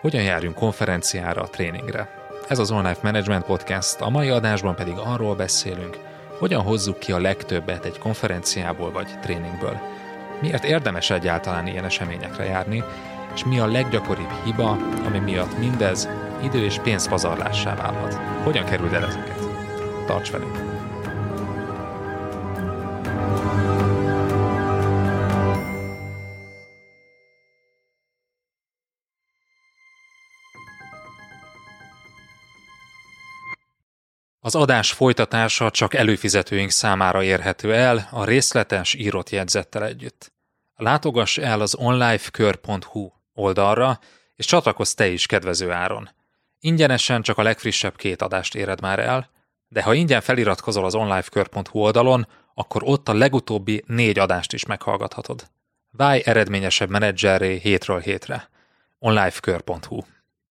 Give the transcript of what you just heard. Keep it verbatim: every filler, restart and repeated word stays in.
Hogyan járjunk konferenciára, tréningre? Ez az Online Management Podcast, a mai adásban pedig arról beszélünk, hogyan hozzuk ki a legtöbbet egy konferenciából vagy tréningből. Miért érdemes egyáltalán ilyen eseményekre járni, és mi a leggyakoribb hiba, ami miatt mindez idő- és pénzpazarlássá válhat. Hogyan kerüld el ezeket? Tarts velünk! Az adás folytatása csak előfizetőink számára érhető el a részletes írott jegyzettel együtt. Látogass el az onlifekör pont hu oldalra, és csatlakozz te is kedvező áron. Ingyenesen csak a legfrissebb két adást éred már el, de ha ingyen feliratkozol az onlifekör pont hu oldalon, akkor ott a legutóbbi négy adást is meghallgathatod. Válj eredményesebb menedzserré hétről hétre. onlifekör pont hu